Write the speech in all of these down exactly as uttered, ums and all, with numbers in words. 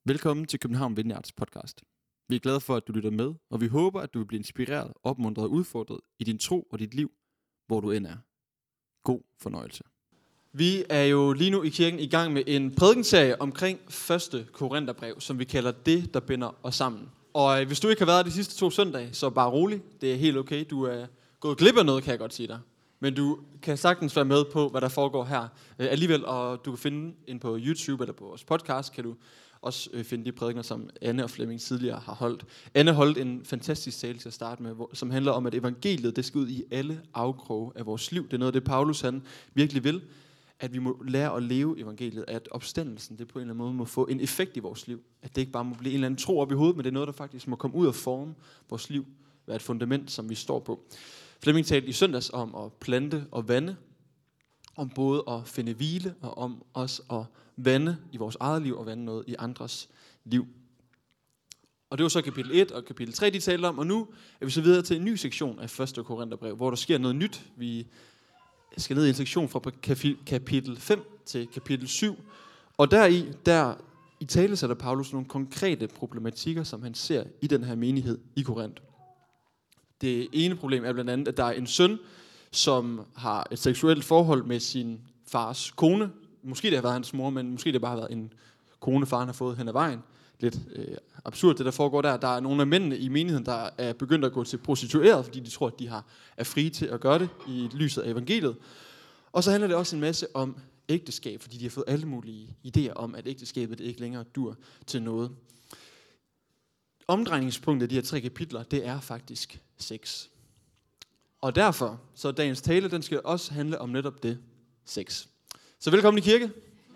Velkommen til København Vineyards podcast. Vi er glade for, at du lytter med, og vi håber, at du vil blive inspireret, opmuntret og udfordret i din tro og dit liv, hvor du end er. God fornøjelse. Vi er jo lige nu i kirken i gang med en prædikenserie omkring første Korintherbrev, som vi kalder det, der binder os sammen. Og hvis du ikke har været de sidste to søndage, så bare rolig. Det er helt okay. Du er gået glip af noget, kan jeg godt sige dig. Men du kan sagtens være med på, hvad der foregår her øh, alligevel, og du kan finde ind på YouTube eller på vores podcast, kan du også øh, finde de prædikener, som Anne og Flemming tidligere har holdt. Anne holdt en fantastisk tale til at starte med, hvor, som handler om, at evangeliet det skal ud i alle afkroge af vores liv. Det er noget af det, Paulus han virkelig vil, at vi må lære at leve evangeliet, at opstandelsen det på en eller anden måde må få en effekt i vores liv. At det ikke bare må blive en eller anden tro op i hovedet, men det er noget, der faktisk må komme ud og forme vores liv, være et fundament, som vi står på. Flemming talte i søndags om at plante og vande, om både at finde hvile og om også at vande i vores eget liv og vande noget i andres liv. Og det var så kapitel et og kapitel tre, de talte om, og nu er vi så videre til en ny sektion af første Korintherbrev, hvor der sker noget nyt. Vi skal ned i en sektion fra kapitel fem til kapitel syv, og deri, der i tale sætter Paulus nogle konkrete problematikker, som han ser i den her menighed i Korinth. Det ene problem er blandt andet, at der er en søn, som har et seksuelt forhold med sin fars kone. Måske det har været hans mor, men måske det bare har været en kone, faren har fået hen ad vejen. Lidt øh, absurd, det der foregår der. Der er nogle af mændene i menigheden, der er begyndt at gå til prostitueret, fordi de tror, at de har, er frie til at gøre det i lyset af evangeliet. Og så handler det også en masse om ægteskab, fordi de har fået alle mulige idéer om, at ægteskabet ikke længere dur til noget. Omdrejningspunktet af de her tre kapitler, det er faktisk sex. Og derfor, så dagens tale, den skal også handle om netop det, sex. Så velkommen i kirke.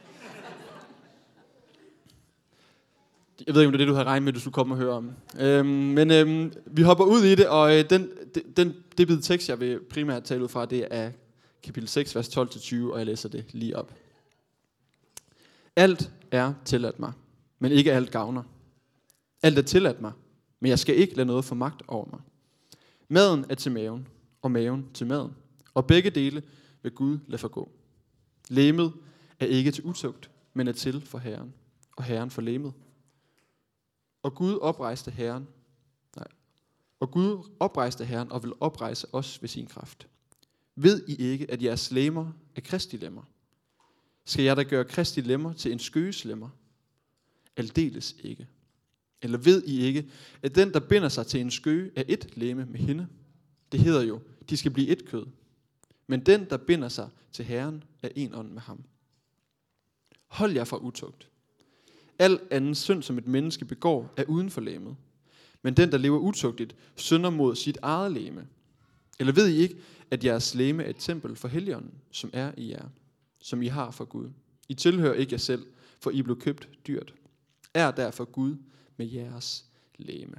Jeg ved ikke, om det er det, du har regnet med, du skulle komme og høre om. Øhm, men øhm, vi hopper ud i det, og øh, den, den, det bid tekst, jeg vil primært tale ud fra, det er kapitel seks, vers tolv til tyve, og jeg læser det lige op. Alt er tilladt mig, men ikke alt gavner. Alt er tilladt mig, men jeg skal ikke lade noget få magt over mig. Maden er til maven, og maven til maden, og begge dele vil Gud lade forgå. Legemet er ikke til utugt, men er til for Herren, og Herren for legemet. Og Gud oprejste Herren, nej, og Gud oprejste Herren og vil oprejse os ved sin kraft. Ved I ikke, at jeres lemmer er Kristi lemmer? Skal jeg da gøre Kristi lemmer til en skøges lemmer? Aldeles ikke. Eller ved I ikke, at den, der binder sig til en skøge, er et legeme med hende? Det hedder jo, de skal blive et kød. Men den, der binder sig til Herren, er en ånd med ham. Hold jer fra utugt. Al anden synd, som et menneske begår, er uden for legemet. Men den, der lever utugtigt, synder mod sit eget legeme. Eller ved I ikke, at jeres legeme er et tempel for Helligånden, som er i jer, som I har fra Gud? I tilhører ikke jer selv, for I blev købt dyrt. Er derfor Gud med jeres legeme.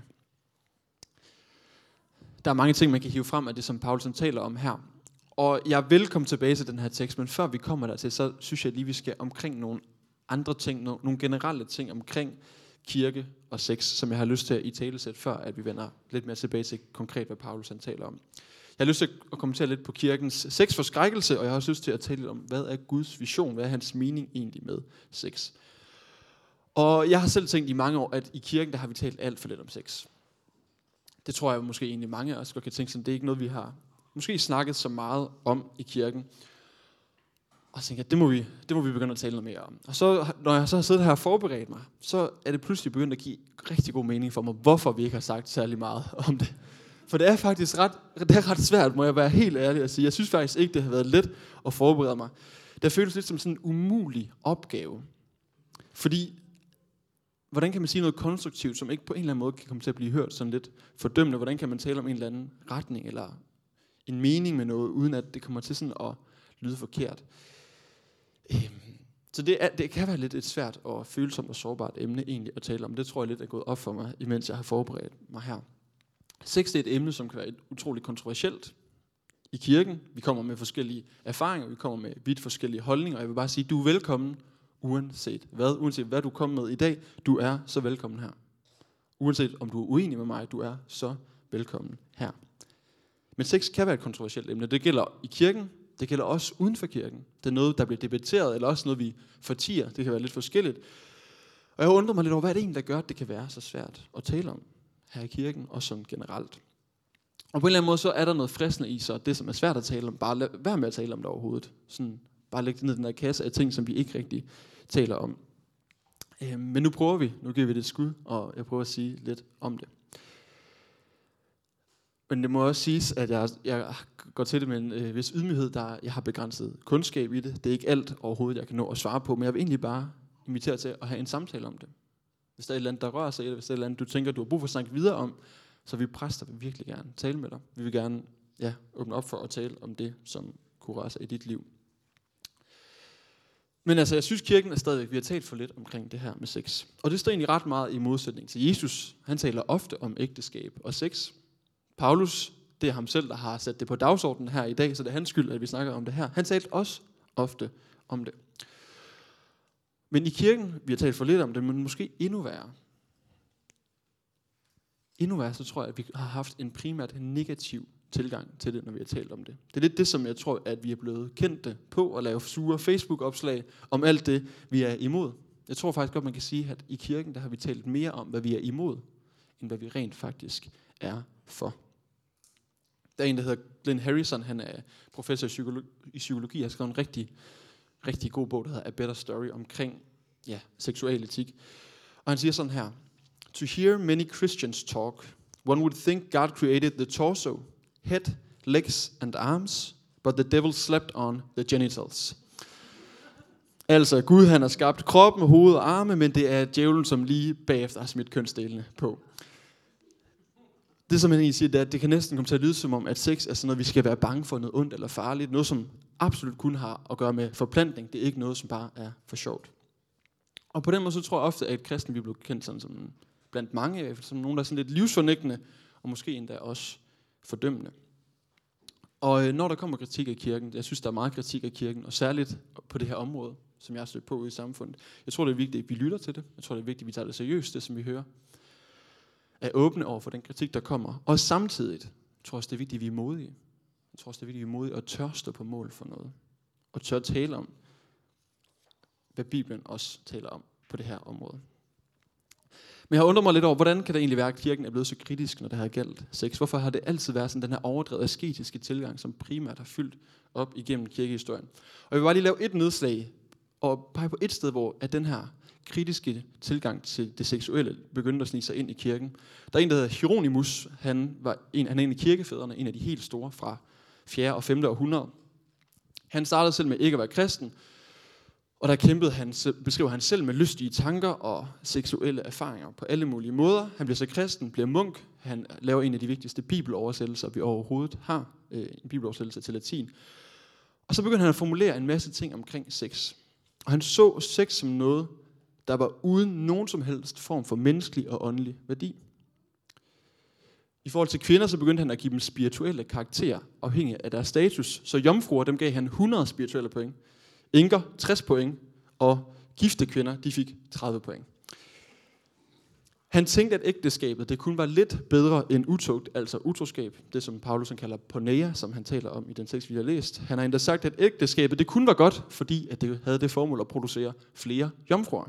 Der er mange ting, man kan hive frem af det, som Paulus taler om her. Og jeg vil komme tilbage til den her tekst, men før vi kommer dertil, så synes jeg lige, vi skal omkring nogle andre ting, nogle generelle ting omkring kirke og sex, som jeg har lyst til at italesætte, før at vi vender lidt mere tilbage til konkret, hvad Paulus han taler om. Jeg har lyst til at kommentere lidt på kirkens sexforskrækkelse, og jeg har også lyst til at tale lidt om, hvad er Guds vision, hvad er hans mening egentlig med sex. Og jeg har selv tænkt i mange år, at i kirken, der har vi talt alt for lidt om sex. Det tror jeg måske egentlig mange af os godt kan tænke sådan, det er ikke noget, vi har måske snakket så meget om i kirken. Og så tænker jeg, det må vi, det må vi begynde at tale noget mere om. Og så, når jeg så har siddet her og forberedt mig, så er det pludselig begyndt at give rigtig god mening for mig, hvorfor vi ikke har sagt særlig meget om det. For det er faktisk ret, det er ret svært, må jeg være helt ærlig at sige. Jeg synes faktisk ikke, det har været let at forberede mig. Det føles lidt som sådan en umulig opgave. Fordi hvordan kan man sige noget konstruktivt, som ikke på en eller anden måde kan komme til at blive hørt sådan lidt fordømmende? Hvordan kan man tale om en eller anden retning eller en mening med noget, uden at det kommer til sådan at lyde forkert? Så det, er, det kan være lidt et svært og følsomt og sårbart emne egentlig at tale om. Det tror jeg lidt er gået op for mig, imens jeg har forberedt mig her. Sex er et emne, som kan være utroligt kontroversielt i kirken. Vi kommer med forskellige erfaringer, vi kommer med vidt forskellige holdninger, og jeg vil bare sige, du er velkommen, uanset hvad, uanset hvad du kommer med i dag, du er så velkommen her. Uanset om du er uenig med mig, du er så velkommen her. Men sex kan være et kontroversielt emne. Det gælder i kirken, det gælder også uden for kirken. Det er noget, der bliver debatteret, eller også noget, vi fortier. Det kan være lidt forskelligt. Og jeg undrer mig lidt over, hvad er det egentlig, der gør, at det kan være så svært at tale om her i kirken, og sådan generelt. Og på en eller anden måde, så er der noget fristende i sig, det som er svært at tale om, bare lad være med at tale om det overhovedet. Sådan, bare lægge det ned i den der kasse af ting, som vi ikke rigtig taler om. Øh, men nu prøver vi, nu giver vi det et skud, og jeg prøver at sige lidt om det. Men det må også siges, at jeg, jeg går til det med en øh, vis ydmyghed, der jeg har begrænset kundskab i det. Det er ikke alt overhovedet, jeg kan nå at svare på, men jeg vil egentlig bare invitere til at have en samtale om det. Hvis der er et eller andet, der rører sig, eller hvis der er et eller andet, du tænker, du har brug for at snakke videre om, så vi præster vil virkelig gerne tale med dig. Vi vil gerne ja, åbne op for at tale om det, som kunne røre sig i dit liv. Men altså, jeg synes, kirken er stadigvæk, vi har talt for lidt omkring det her med sex. Og det står egentlig ret meget i modsætning til Jesus. Han taler ofte om ægteskab og sex. Paulus, det er ham selv, der har sat det på dagsordenen her i dag, så det er hans skyld, at vi snakker om det her. Han talte også ofte om det. Men i kirken, vi har talt for lidt om det, men måske endnu værre. Endnu værre, så tror jeg, at vi har haft en primært negativ tilgang til det, når vi har talt om det. Det er lidt det, som jeg tror, at vi er blevet kendte på, at lave sure Facebook-opslag om alt det, vi er imod. Jeg tror faktisk godt, man kan sige, at i kirken, der har vi talt mere om, hvad vi er imod, end hvad vi rent faktisk er for. Der er en, der hedder Glenn Harrison, han er professor i psykologi, i psykologi. Han har skrevet en rigtig, rigtig god bog, der hedder A Better Story, omkring ja, seksual etik. Og han siger sådan her: To hear many Christians talk, one would think God created the torso, head, legs and arms, but the devil slept on the genitals. Altså, Gud han har skabt kroppen, hoved og arme, men det er djævlen, som lige bagefter har smidt kønsdelene på. Det, som han egentlig siger, det er, at det kan næsten komme til at lyde som om, at sex er sådan noget, vi skal være bange for, noget ondt eller farligt. Noget, som absolut kun har at gøre med forplantning. Det er ikke noget, som bare er for sjovt. Og på den måde, så tror jeg ofte, at kristne vi bliver kendt sådan som blandt mange, i hvert fald som nogen, der er sådan lidt livsfornægtende, og måske endda også fordømmende. Og øh, når der kommer kritik af kirken, jeg synes, der er meget kritik af kirken, og særligt på det her område, som jeg har stødt på ude i samfundet. Jeg tror, det er vigtigt, at vi lytter til det. Jeg tror, det er vigtigt, at vi tager det seriøst, det som vi hører. Er åbne over for den kritik, der kommer. Og samtidig tror jeg også, det er vigtigt, at vi er modige. Jeg tror også, det er vigtigt, at vi er modige og tør stå på mål for noget. Og tør tale om, hvad Bibelen også taler om på det her område. Men jeg har undret mig lidt over, hvordan kan det egentlig være, at kirken er blevet så kritisk, når det har gældt sex? Hvorfor har det altid været sådan den her overdrevet asketiske tilgang, som primært har fyldt op igennem kirkehistorien? Og jeg vil bare lige lave et nedslag, og pege på et sted, hvor at den her kritiske tilgang til det seksuelle begyndte at snige sig ind i kirken. Der er en, der hedder Hieronymus. Han var en, han er en af kirkefædrene, en af de helt store fra fjerde og femte århundrede. Han startede selv med ikke at være kristen, og der kæmpede han, beskriver han selv med lystige tanker og seksuelle erfaringer på alle mulige måder. Han bliver så kristen, bliver munk. Han laver en af de vigtigste bibeloversættelser, vi overhovedet har. En bibeloversættelse til latin. Og så begynder han at formulere en masse ting omkring sex. Og han så sex som noget, der var uden nogen som helst form for menneskelig og åndelig værdi. I forhold til kvinder, så begyndte han at give dem spirituelle karakterer, afhængig af deres status. Så jomfruer, dem gav han hundrede spirituelle point. Enker, tres point. Og gifte kvinder, de fik tredive point. Han tænkte, at ægteskabet, det kun var lidt bedre end utugt, altså utroskab. Det som Paulus han kalder porneia, som han taler om i den tekst, vi har læst. Han har endda sagt, at ægteskabet, det kun var godt, fordi at det havde det formål at producere flere jomfruer.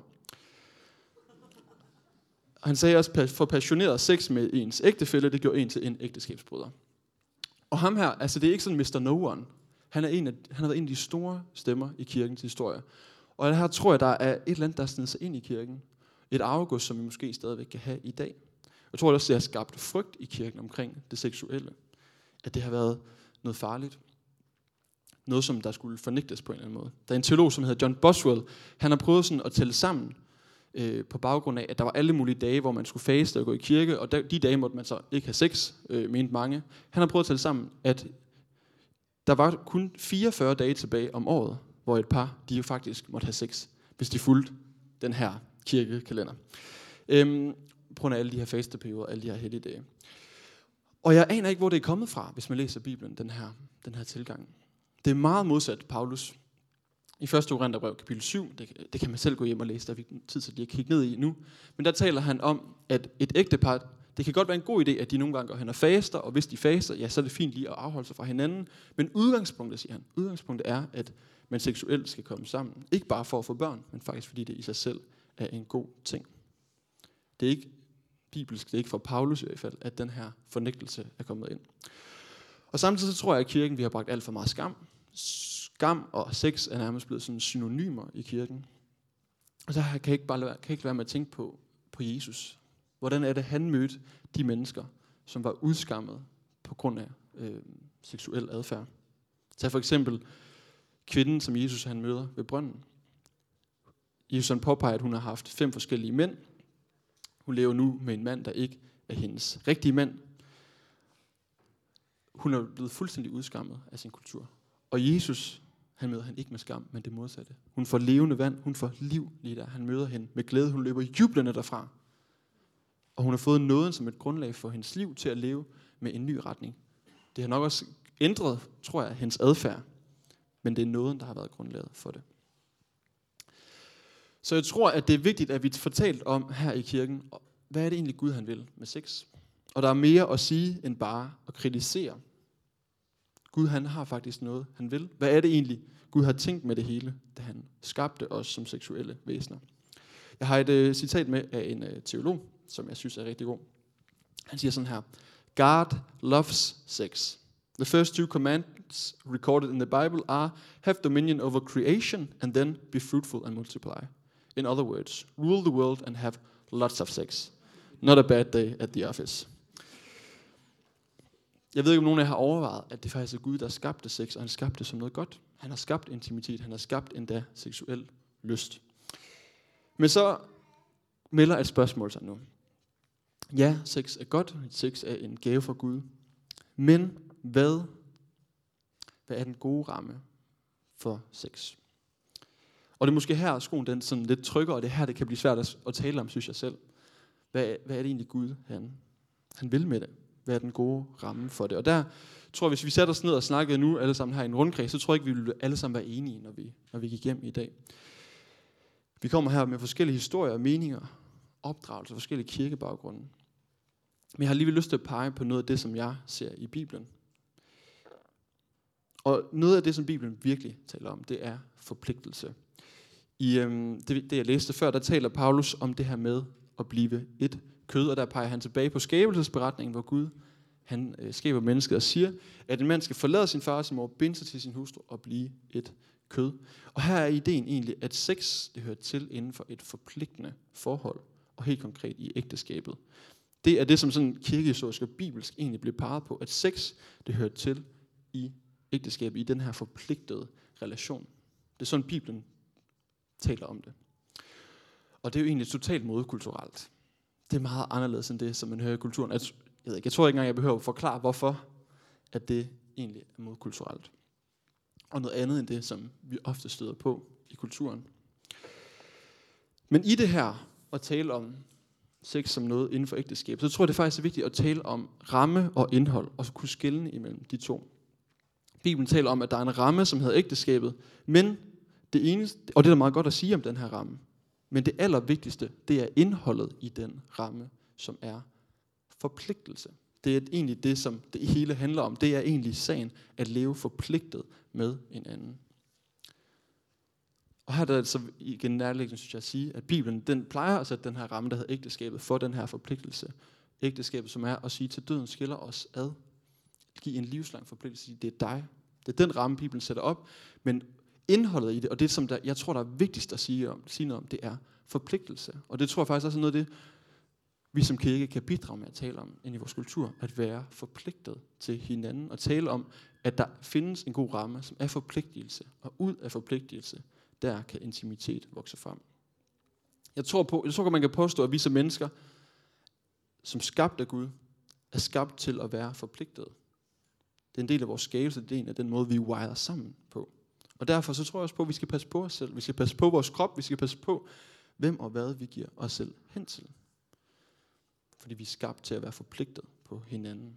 Han sagde også, for passioneret sex med ens ægtefælle, det gjorde en til en ægteskabsbryder. Og ham her, altså det er ikke sådan mister No One. Han, er en af, han har været en af de store stemmer i kirkens historie. Og her tror jeg, der er et eller andet, der snedet sig ind i kirken. Et arvegods, som vi måske stadigvæk kan have i dag. Jeg tror også, det har skabt frygt i kirken omkring det seksuelle. At det har været noget farligt. Noget, som der skulle fornægtes på en eller anden måde. Der er en teolog, som hedder John Boswell. Han har prøvet sådan at tælle sammen øh, på baggrund af, at der var alle mulige dage, hvor man skulle faste og gå i kirke. Og de dage måtte man så ikke have sex, øh, mente mange. Han har prøvet at tælle sammen, at der var kun fireogfyrre dage tilbage om året, hvor et par, de faktisk måtte have sex, hvis de fulgte den her kirkekalender. Øhm, på grund af alle de her fasteperioder, alle de her helligdage. Og jeg aner ikke, hvor det er kommet fra, hvis man læser Bibelen, den her, den her tilgang. Det er meget modsat Paulus. I første Korintherbrev, kapitel syv, det, det kan man selv gå hjem og læse, der er vi tid til lige at kigge ned i nu. Men der taler han om, at et ægtepar, det kan godt være en god idé, at de nogle gange går hen og faster, og hvis de faster, ja, så er det fint lige at afholde sig fra hinanden. Men udgangspunktet, siger han, udgangspunktet er, at man seksuelt skal komme sammen. Ikke bare for at få børn, men faktisk fordi det i sig selv er en god ting. Det er ikke bibelsk, det er ikke fra Paulus i hvert fald, at den her fornægtelse er kommet ind. Og samtidig så tror jeg, at kirken vi har bragt alt for meget skam. Skam og sex er nærmest blevet sådan synonymer i kirken. Og så kan jeg ikke bare lade være, kan jeg ikke være med at tænke på, på Jesus. Hvordan er det, han mødte de mennesker, som var udskammet på grund af øh, seksuel adfærd. Tag for eksempel kvinden, som Jesus han møder ved brønden. Jesus han påpeger, at hun har haft fem forskellige mænd. Hun lever nu med en mand, der ikke er hendes rigtige mand. Hun er blevet fuldstændig udskammet af sin kultur. Og Jesus, han møder hende ikke med skam, men det modsatte. Hun får levende vand, hun får liv lige der. Han møder hende med glæde, hun løber jublende derfra. Og hun har fået nåden som et grundlag for hendes liv til at leve med en ny retning. Det har nok også ændret, tror jeg, hendes adfærd. Men det er nåden, der har været grundlaget for det. Så jeg tror, at det er vigtigt, at vi får talt om her i kirken, hvad er det egentlig Gud han vil med sex? Og der er mere at sige, end bare at kritisere. Gud han har faktisk noget, han vil. Hvad er det egentlig, Gud har tænkt med det hele, da han skabte os som seksuelle væsener? Jeg har et uh, citat med af en uh, teolog, som jeg synes er rigtig god. Han siger sådan her: God loves sex. The first two commands recorded in the Bible are, have dominion over creation, and then be fruitful and multiply. In other words, rule the world and have lots of sex. Not a bad day at the office. Jeg ved ikke, om nogen af jer har overvejet, at det faktisk er Gud, der skabte sex, og han skabte det som noget godt. Han har skabt intimitet, han har skabt endda seksuel lyst. Men så melder et spørgsmål sig nu. Ja, sex er godt, sex er en gave fra Gud. Men hvad, hvad er den gode ramme for sex? Og det er måske her, skoen den sådan lidt trykker, og det er her, det kan blive svært at, at tale om, synes jeg selv. Hvad, hvad er det egentlig Gud, han, han vil med det? Hvad er den gode ramme for det? Og der tror jeg, hvis vi sætter os ned og snakkede nu alle sammen her i en rundkreds, så tror jeg ikke, vi vil alle sammen være enige, når vi, når vi gik hjem i dag. Vi kommer her med forskellige historier, meninger, opdragelser, forskellige kirkebaggrunde. Men jeg har alligevel lyst til at pege på noget af det, som jeg ser i Bibelen. Og noget af det, som Bibelen virkelig taler om, det er forpligtelse. I øhm, det, det, jeg læste før, der taler Paulus om det her med at blive et kød, og der peger han tilbage på skabelsesberetningen, hvor Gud han øh, skaber mennesket og siger, at en mand skal forlade sin far og sin mor, binde sig til sin hustru og blive et kød. Og her er ideen egentlig, at sex det hører til inden for et forpligtende forhold, og helt konkret i ægteskabet. Det er det, som sådan kirkehistorisk og bibelsk egentlig bliver peget på, at sex det hører til i ægteskabet, i den her forpligtede relation. Det er sådan, Bibelen taler om det. Og det er jo egentlig totalt modkulturelt. Det er meget anderledes end det, som man hører i kulturen. Jeg, ved ikke, jeg tror ikke engang, jeg behøver at forklare, hvorfor at det egentlig er modkulturelt. Og noget andet end det, som vi ofte støder på i kulturen. Men i det her, at tale om sex som noget inden for ægteskab, så tror jeg, det faktisk er vigtigt at tale om ramme og indhold, og så kunne skelne imellem de to. Bibelen taler om, at der er en ramme, som hedder ægteskabet, men det eneste, og det er da meget godt at sige om den her ramme, men det allervigtigste, det er indholdet i den ramme, som er forpligtelse. Det er egentlig det, som det hele handler om. Det er egentlig sagen at leve forpligtet med en anden. Og her er det altså igen nærliggende, synes jeg, at sige, at Bibelen den plejer at sætte den her ramme, der hedder ægteskabet, for den her forpligtelse. Ægteskabet, som er at sige, til døden skiller os ad. Giv en livslang forpligtelse. Det er dig. Det er den ramme, Bibelen sætter op. Men indholdet i det, og det som der, jeg tror, der er vigtigst at sige, om, sige noget om, det er forpligtelse. Og det tror jeg faktisk også er noget af det, vi som kirke kan bidrage med at tale om ind i vores kultur, at være forpligtet til hinanden, og tale om, at der findes en god ramme, som er forpligtelse, og ud af forpligtelse, der kan intimitet vokse frem. Jeg tror på, jeg tror man kan påstå, at vi som mennesker, som skabt af Gud, er skabt til at være forpligtet. Det er en del af vores skabelse, det er en af den måde, vi wirer sammen på. Og derfor så tror jeg også på, at vi skal passe på os selv. Vi skal passe på vores krop, vi skal passe på, hvem og hvad vi giver os selv hen til. Fordi vi er skabt til at være forpligtet på hinanden.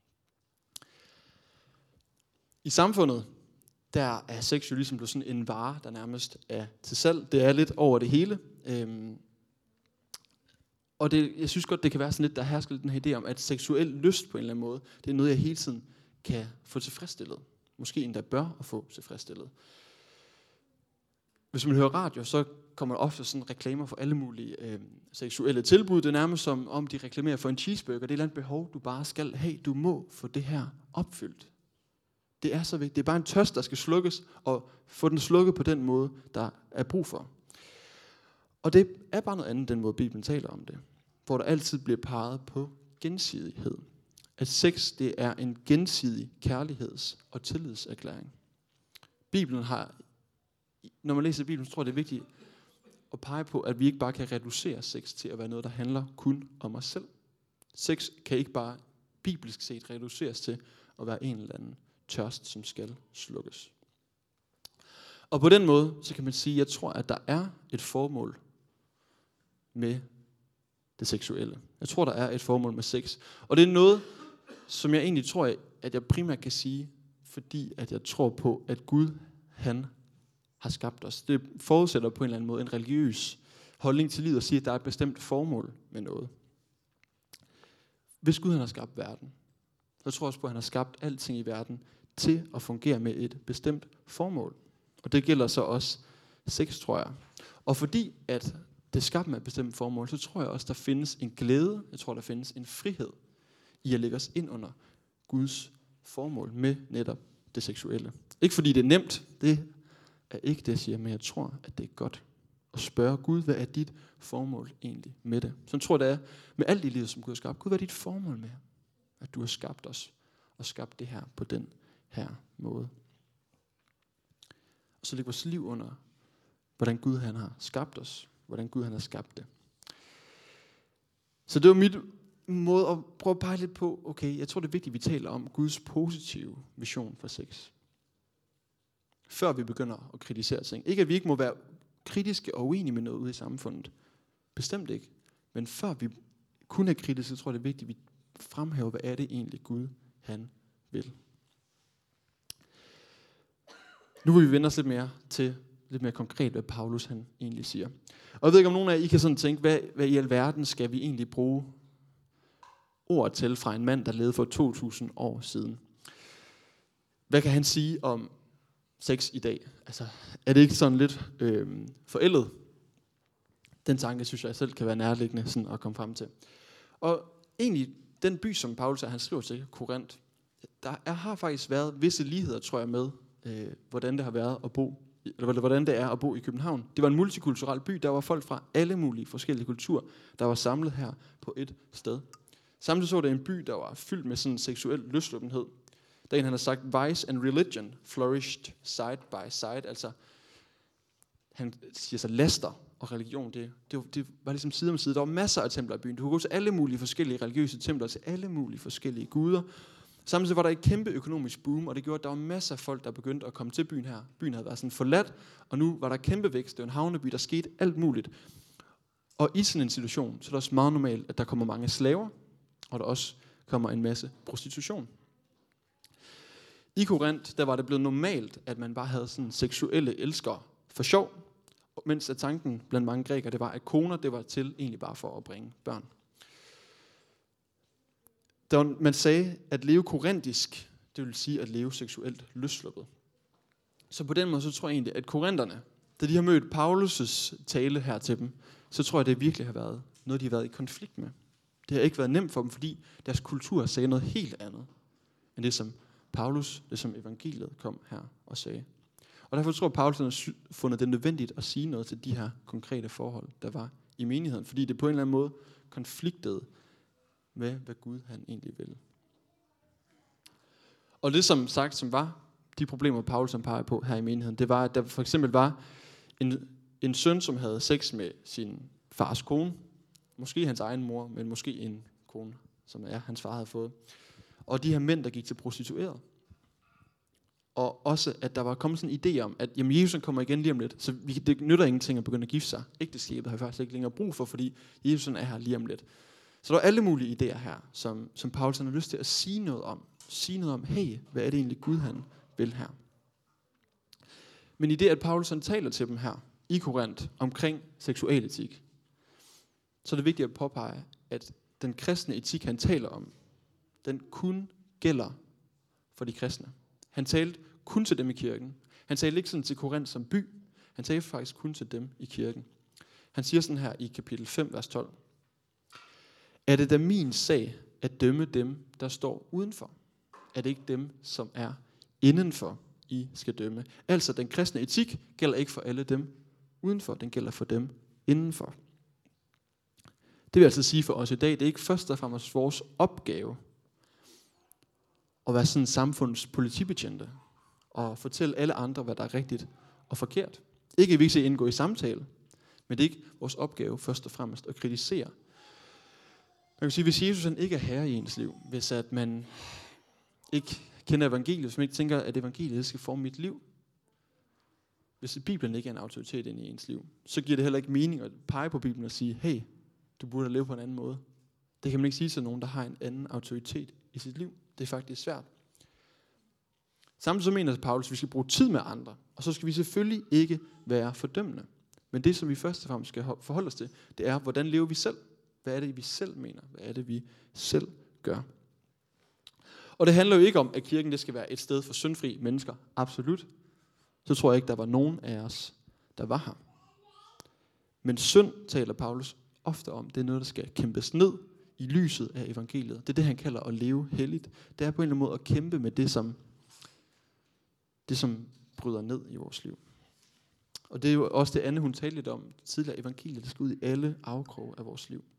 I samfundet, der er sex jo ligesom blevet sådan en vare, der nærmest er til salg. Det er lidt over det hele. Øhm, og det, jeg synes godt, det kan være sådan lidt, der hersker lidt den her idé om, at seksuel lyst på en eller anden måde, det er noget, jeg hele tiden kan få tilfredsstillet. Måske endda bør at få tilfredsstillet. hvis man hører radio, så kommer der ofte sådan reklamer for alle mulige øh, seksuelle tilbud. Det er nærmest som om de reklamerer for en cheeseburger. Det er et eller andet behov, du bare skal have. Du må få det her opfyldt. Det er så vigtigt. Det er bare en tørst, der skal slukkes, og få den slukket på den måde, der er brug for. Og det er bare noget andet, den måde Bibelen taler om det. Hvor der altid bliver peget på gensidighed. At sex, det er en gensidig kærligheds- og tillidserklæring. Bibelen har, når man læser Bibelen, så tror jeg, det er vigtigt at pege på, at vi ikke bare kan reducere sex til at være noget, der handler kun om os selv. Sex kan ikke bare bibelsk set reduceres til at være en eller anden tørst, som skal slukkes. Og på den måde, så kan man sige, at jeg tror, at der er et formål med det seksuelle. Jeg tror, der er et formål med sex. Og det er noget, som jeg egentlig tror, at jeg primært kan sige, fordi at jeg tror på, at Gud, han har skabt os. Det forudsætter på en eller anden måde en religiøs holdning til livet og sige, at der er et bestemt formål med noget. Hvis Gud, han har skabt verden, så tror jeg også på, at han har skabt alting i verden til at fungere med et bestemt formål. Og det gælder så også sex, tror jeg. Og fordi at det er skabt med et bestemt formål, så tror jeg også, der findes en glæde, jeg tror, der findes en frihed i at lægge os ind under Guds formål med netop det seksuelle. Ikke fordi det er nemt, det er ikke det, jeg siger, men jeg tror, at det er godt at spørge Gud, hvad er dit formål egentlig med det? Så jeg tror, det er med alt i livet, som Gud har skabt. Gud, hvad er dit formål med, at du har skabt os og skabt det her på den her måde? Og så lægge vores liv under, hvordan Gud han har skabt os, hvordan Gud han har skabt det. Så det var mit måde at prøve at pege lidt på, okay, jeg tror det er vigtigt, at vi taler om Guds positive vision for sex. Før vi begynder at kritisere ting. Ikke at vi ikke må være kritiske og uenige med noget ude i samfundet. Bestemt ikke. Men før vi kun er kritiske, så tror jeg det er vigtigt, at vi fremhæver, hvad er det egentlig Gud han vil. Nu vil vi vende os lidt mere til lidt mere konkret, hvad Paulus han egentlig siger. Og jeg ved ikke, om nogen af jer I kan sådan tænke, hvad, hvad i alverden skal vi egentlig bruge ord til fra en mand, der levede for to tusind år siden? Hvad kan han sige om sex i dag? Altså, er det ikke sådan lidt øh, forældet? Den tanke, synes jeg selv kan være nærliggende sådan at komme frem til. Og egentlig, den by, som Paulus er, han skriver til, Korinth, der er, har faktisk været visse ligheder, tror jeg, med, øh, hvordan det har været at bo, eller hvordan det er at bo i København. Det var en multikulturel by, der var folk fra alle mulige forskellige kulturer, der var samlet her på et sted. Samtidig så var det en by, der var fyldt med sådan seksuel løsluppenhed. Der en, han har sagt, vice and religion flourished side by side. Altså, han siger så, laster og religion, det, det, det var ligesom side om side. Der var masser af templer i byen. Du kunne gå til alle mulige forskellige religiøse templer, til alle mulige forskellige guder. Samtidig var der et kæmpe økonomisk boom, og det gjorde, at der var masser af folk, der begyndte at komme til byen her. Byen havde været sådan forladt, og nu var der kæmpe vækst. Det var en havneby, der skete alt muligt. Og i sådan en situation, så er det også meget normalt, at der kommer mange slaver, og der også kommer en masse prostitution. I Korinth, der var det blevet normalt, at man bare havde sådan seksuelle elskere for sjov, mens at tanken blandt mange grækere, det var, at koner, det var til egentlig bare for at bringe børn. Der var, man sagde, at leve korintisk, det vil sige at leve seksuelt løssluppet. Så på den måde, så tror jeg egentlig, at korinterne, da de har mødt Paulus' tale her til dem, så tror jeg, det virkelig har været noget, de har været i konflikt med. Det har ikke været nemt for dem, fordi deres kultur sagde noget helt andet, end det som Paulus, det som evangeliet kom her og sagde. Og derfor tror jeg, at Paulus har fundet det nødvendigt at sige noget til de her konkrete forhold, der var i menigheden. Fordi det på en eller anden måde konfliktede med, hvad Gud han egentlig ville. Og det som sagt, som var de problemer, Paulus han peger på her i menigheden, det var, at der for eksempel var en, en søn, som havde sex med sin fars kone. Måske hans egen mor, men måske en kone, som er hans far havde fået. Og de her mænd, der gik til prostitueret. Og også, at der var kommet sådan en idé om, at jamen, Jesus kommer igen lige om lidt, så vi, det nytter ingenting at begynde at gifte sig. Ægteskabet har vi faktisk ikke længere brug for, fordi Jesus er her lige om lidt. Så der er alle mulige idéer her, som, som Paulus har lyst til at sige noget om. Sige noget om, hey, hvad er det egentlig Gud han vil her? Men i det, at Paulus han taler til dem her i Korinth omkring seksualetik, så er det vigtigt at påpege, at den kristne etik, han taler om, den kun gælder for de kristne. Han talte kun til dem i kirken. Han talte ikke sådan til Korinth som by. Han taler faktisk kun til dem i kirken. Han siger sådan her i kapitel fem, vers tolv. Er det da min sag at dømme dem, der står udenfor? Er det ikke dem, som er indenfor, I skal dømme? Altså, den kristne etik gælder ikke for alle dem udenfor, den gælder for dem indenfor. Det vil altså sige for os i dag, det er ikke først og fremmest vores opgave at være sådan en samfunds politibetjente og fortælle alle andre, hvad der er rigtigt og forkert. Ikke at vi ikke skal indgå i samtale, men det er ikke vores opgave først og fremmest at kritisere. Man kan sige, hvis Jesus han ikke er herre i ens liv, hvis at man ikke kender evangeliet, hvis man ikke tænker, at evangeliet skal forme mit liv, hvis Bibelen ikke er en autoritet inde i ens liv, så giver det heller ikke mening at pege på Bibelen og sige, hey, du burde leve på en anden måde. Det kan man ikke sige til nogen, der har en anden autoritet i sit liv. Det er faktisk svært. Samtidig så mener Paulus, at vi skal bruge tid med andre, og så skal vi selvfølgelig ikke være fordømmende. Men det, som vi først og fremmest skal forholde os til, det er, hvordan lever vi selv? Hvad er det, vi selv mener? Hvad er det, vi selv gør? Og det handler jo ikke om, at kirken det skal være et sted for syndfri mennesker. Absolut. Så tror jeg ikke, der var nogen af os, der var her. Men synd, taler Paulus ofte om, det er noget, der skal kæmpes ned i lyset af evangeliet. Det er det, han kalder at leve helligt. Det er på en eller anden måde at kæmpe med det, som, det, som bryder ned i vores liv. Og det er jo også det andet, hun talte lidt om tidligere. Evangeliet, det skal ud i alle afkroge af vores liv.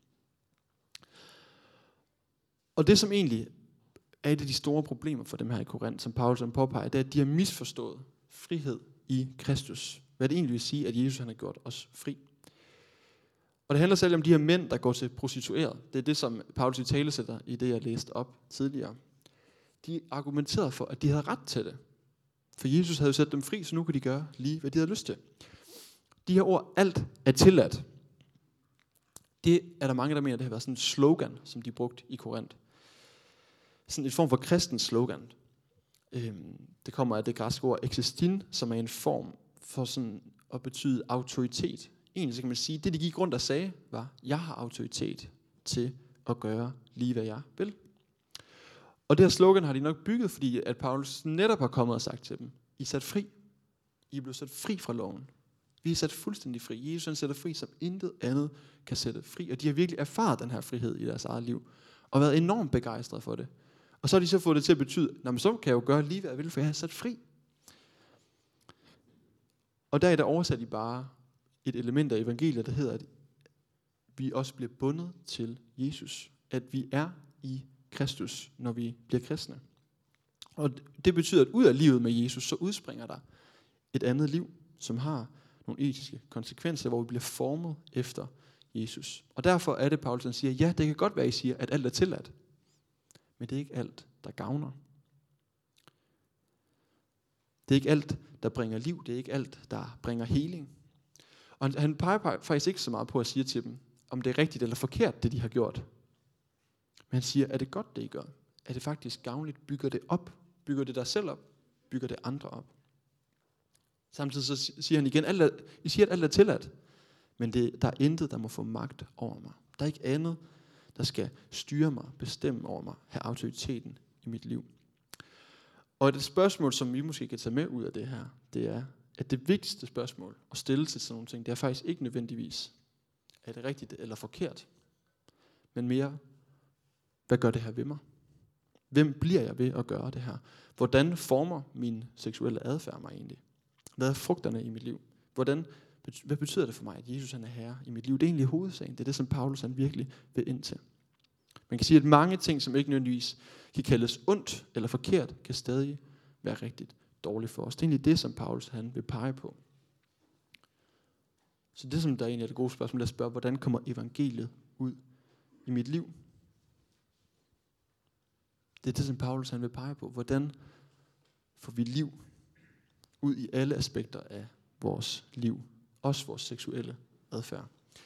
Og det, som egentlig er et af de store problemer for dem her i Korinth, som Paulus påpeger, det er, at de har misforstået frihed i Kristus. Hvad det egentlig vil sige, at Jesus han har gjort os fri. Og det handler selv om de her mænd, der går til prostitueret. Det er det, som Paulus i tale sætter i det, jeg læste op tidligere. De argumenterede for, at de havde ret til det. For Jesus havde jo sat dem fri, så nu kan de gøre lige, hvad de havde lyst til. De her ord, alt er tilladt. Det er der mange, der mener, det har været sådan en slogan, som de brugte i Korinth. Sådan en form for kristens slogan. Det kommer af det græske ord existin, som er en form for sådan at betyde autoritet. Egentlig så kan man sige, det de gik rundt og sagde, var, jeg har autoritet til at gøre lige, hvad jeg vil. Og det her slogan har de nok bygget, fordi at Paulus netop har kommet og sagt til dem, I er sat fri. I er blevet sat fri fra loven. Vi er sat fuldstændig fri. Jesus han sætter fri, som intet andet kan sætte fri. Og de har virkelig erfaret den her frihed i deres eget liv. Og været enormt begejstrede for det. Og så har de så fået det til at betyde, Nå, men så kan jeg jo gøre lige, hvad jeg vil, for jeg er sat fri. Og der er der oversat de bare et element af evangeliet, der hedder, at vi også bliver bundet til Jesus. At vi er i Kristus, når vi bliver kristne. Og det betyder, at ud af livet med Jesus, så udspringer der et andet liv, som har nogle etiske konsekvenser, hvor vi bliver formet efter Jesus. Og derfor er det, Paulus siger, ja, det kan godt være, I siger, at alt er tilladt. Men det er ikke alt, der gavner. Det er ikke alt, der bringer liv. Det er ikke alt, der bringer heling. Og han, han peger faktisk ikke så meget på at sige til dem, om det er rigtigt eller forkert, det de har gjort. Men han siger, er det godt, det I gør? Er det faktisk gavnligt? Bygger det op? Bygger det dig selv op? Bygger det andre op? Samtidig så siger han igen, alt er, I siger, at alt er tilladt. Men det, der er intet, der må få magt over mig. Der er ikke andet, der skal styre mig, bestemme over mig, have autoriteten i mit liv. Og et spørgsmål, som vi måske kan tage med ud af det her, det er, at det vigtigste spørgsmål at stille til sådan nogle ting, det er faktisk ikke nødvendigvis, er det rigtigt eller forkert, men mere, hvad gør det her ved mig? Hvem bliver jeg ved at gøre det her? Hvordan former min seksuelle adfærd mig egentlig? Hvad er frugterne i mit liv? Hvordan, hvad betyder det for mig, at Jesus han er herre i mit liv? Det er egentlig hovedsagen. Det er det, som Paulus han virkelig vil ind til. Man kan sige, at mange ting, som ikke nødvendigvis kan kaldes ondt eller forkert, kan stadig være rigtigt dårligt for os. Det er egentlig det, som Paulus han vil pege på. Så det, som der egentlig er det gode spørgsmål, er at spørge, hvordan kommer evangeliet ud i mit liv? Det er det, som Paulus han vil pege på. Hvordan får vi liv ud i alle aspekter af vores liv? Også vores seksuelle adfærd.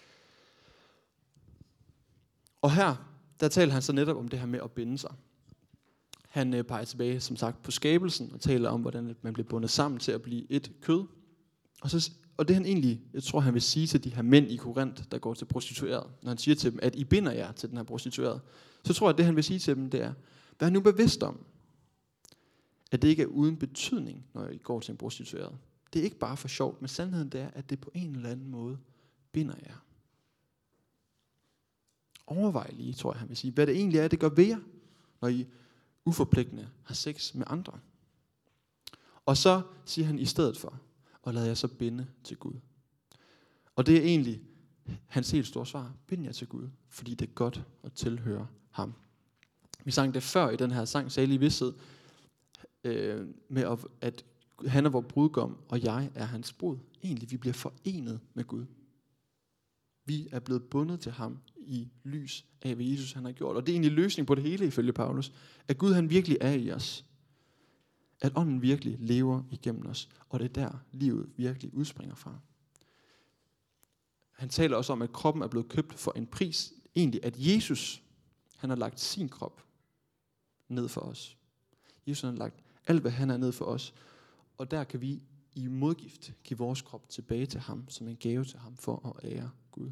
Og her, der taler han så netop om det her med at binde sig. Han øh, peger tilbage, som sagt, på skabelsen og taler om, hvordan man bliver bundet sammen til at blive et kød. Og, så, og det han egentlig, jeg tror, han vil sige til de her mænd i Korinth, der går til prostitueret, når han siger til dem, at I binder jer til den her prostitueret, så tror jeg, at det han vil sige til dem, det er, vær nu bevidst om, at det ikke er uden betydning, når I går til en prostitueret. Det er ikke bare for sjovt, men sandheden det er, at det på en eller anden måde binder jer. Overvej lige, tror jeg, han vil sige, hvad det egentlig er, det gør ved jer, når I uforpligtende har sex med andre. Og så siger han i stedet for, og lad jer så binde til Gud. Og det er egentlig hans helt store svar. Bind jer til Gud, fordi det er godt at tilhøre ham. Vi sang det før i den her sang, Salig Vished, øh, med at han er vores brudgom, og jeg er hans brud. Egentlig, vi bliver forenet med Gud. Vi er blevet bundet til ham i lys af, hvad Jesus han har gjort. Og det er egentlig løsning på det hele, ifølge Paulus. At Gud han virkelig er i os. At ånden virkelig lever igennem os. Og det er der, livet virkelig udspringer fra. Han taler også om, at kroppen er blevet købt for en pris. Egentlig, at Jesus, han har lagt sin krop ned for os. Jesus har lagt alt, hvad han er ned for os. Og der kan vi i modgift give vores krop tilbage til ham, som en gave til ham for at ære Gud.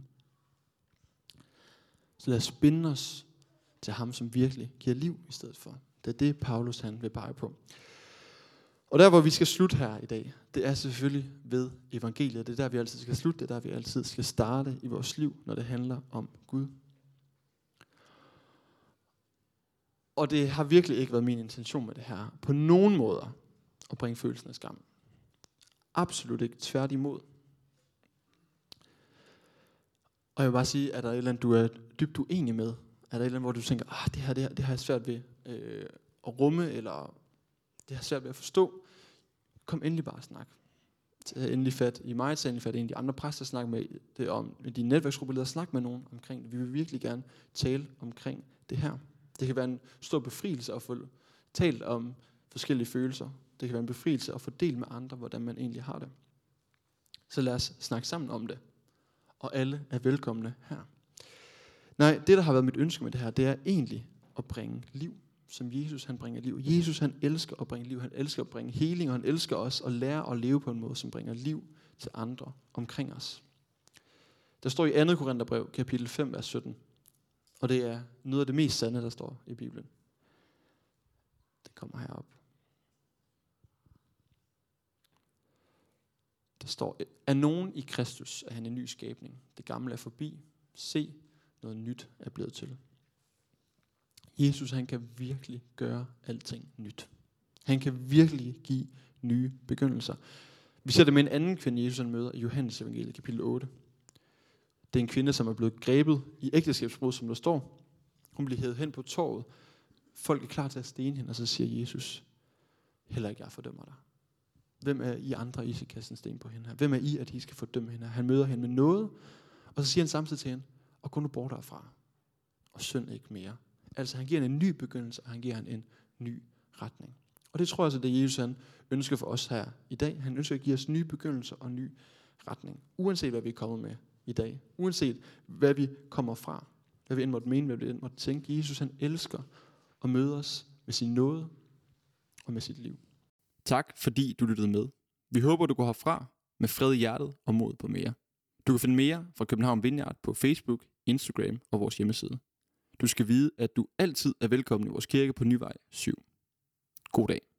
Så lad os binde os til ham, som virkelig giver liv i stedet for. Det er det, Paulus han vil pege på. Og der, hvor vi skal slutte her i dag, det er selvfølgelig ved evangeliet. Det er der, vi altid skal slutte. Det er der, vi altid skal starte i vores liv, når det handler om Gud. Og det har virkelig ikke været min intention med det her, på nogen måder, at bringe følelsen af skam. Absolut ikke. Tværtimod. Og jeg vil bare sige, at der er et eller andet, du er dybt uenig med. Er der et eller andet, hvor du tænker, ah, det her, det her, det har jeg svært ved øh, at rumme, eller det har jeg svært ved at forstå. Kom endelig bare og snak. Tag endelig fat i mig, tag endelig fat i en af de andre præster, snak med det om med dine netværksgruppeledere, snak med nogen omkring det. Vi vil virkelig gerne tale omkring det her. Det kan være en stor befrielse at få talt om forskellige følelser. Det kan være en befrielse at få delt med andre, hvordan man egentlig har det. Så lad os snakke sammen om det. Og alle er velkomne her. Nej, det der har været mit ønske med det her, det er egentlig at bringe liv, som Jesus han bringer liv. Jesus han elsker at bringe liv, han elsker at bringe heling, og han elsker os at lære at leve på en måde, som bringer liv til andre omkring os. Der står i andet Korintherbrev, kapitel fem, vers sytten. Og det er noget af det mest sande, der står i Bibelen. Det kommer herop. Der står, er nogen i Kristus, er han en ny skabning. Det gamle er forbi. Se, noget nyt er blevet til. Jesus, han kan virkelig gøre alting nyt. Han kan virkelig give nye begyndelser. Vi ser det med en anden kvinde, Jesus han møder i Johannes evangeliet, kapitel otte. Det er en kvinde, som er blevet grebet i ægteskabsbrud, som der står. Hun bliver hævet hen på torvet. Folk er klar til at stene hende, og så siger Jesus, heller ikke jeg fordømmer dig. Hvem er I andre, I skal kaste en sten på hende her? Hvem er I, at I skal fordømme hende her? Han møder hende med noget, og så siger han samtidig til hende, og gå nu bort derfra, og synd ikke mere. Altså han giver hende en ny begyndelse, og han giver hende en ny retning. Og det tror jeg altså, det er Jesus han ønsker for os her i dag. Han ønsker at give os nye begyndelser og ny retning. Uanset hvad vi er kommet med i dag. Uanset hvad vi kommer fra. Hvad vi end måtte mene, hvad vi end måtte tænke. Jesus han elsker at møde os med sin nåde og med sit liv. Tak fordi du lyttede med. Vi håber du går herfra med fred i hjertet og mod på mere. Du kan finde mere fra København Vineyard på Facebook, Instagram og vores hjemmeside. Du skal vide, at du altid er velkommen i vores kirke på Nyvej syv. God dag.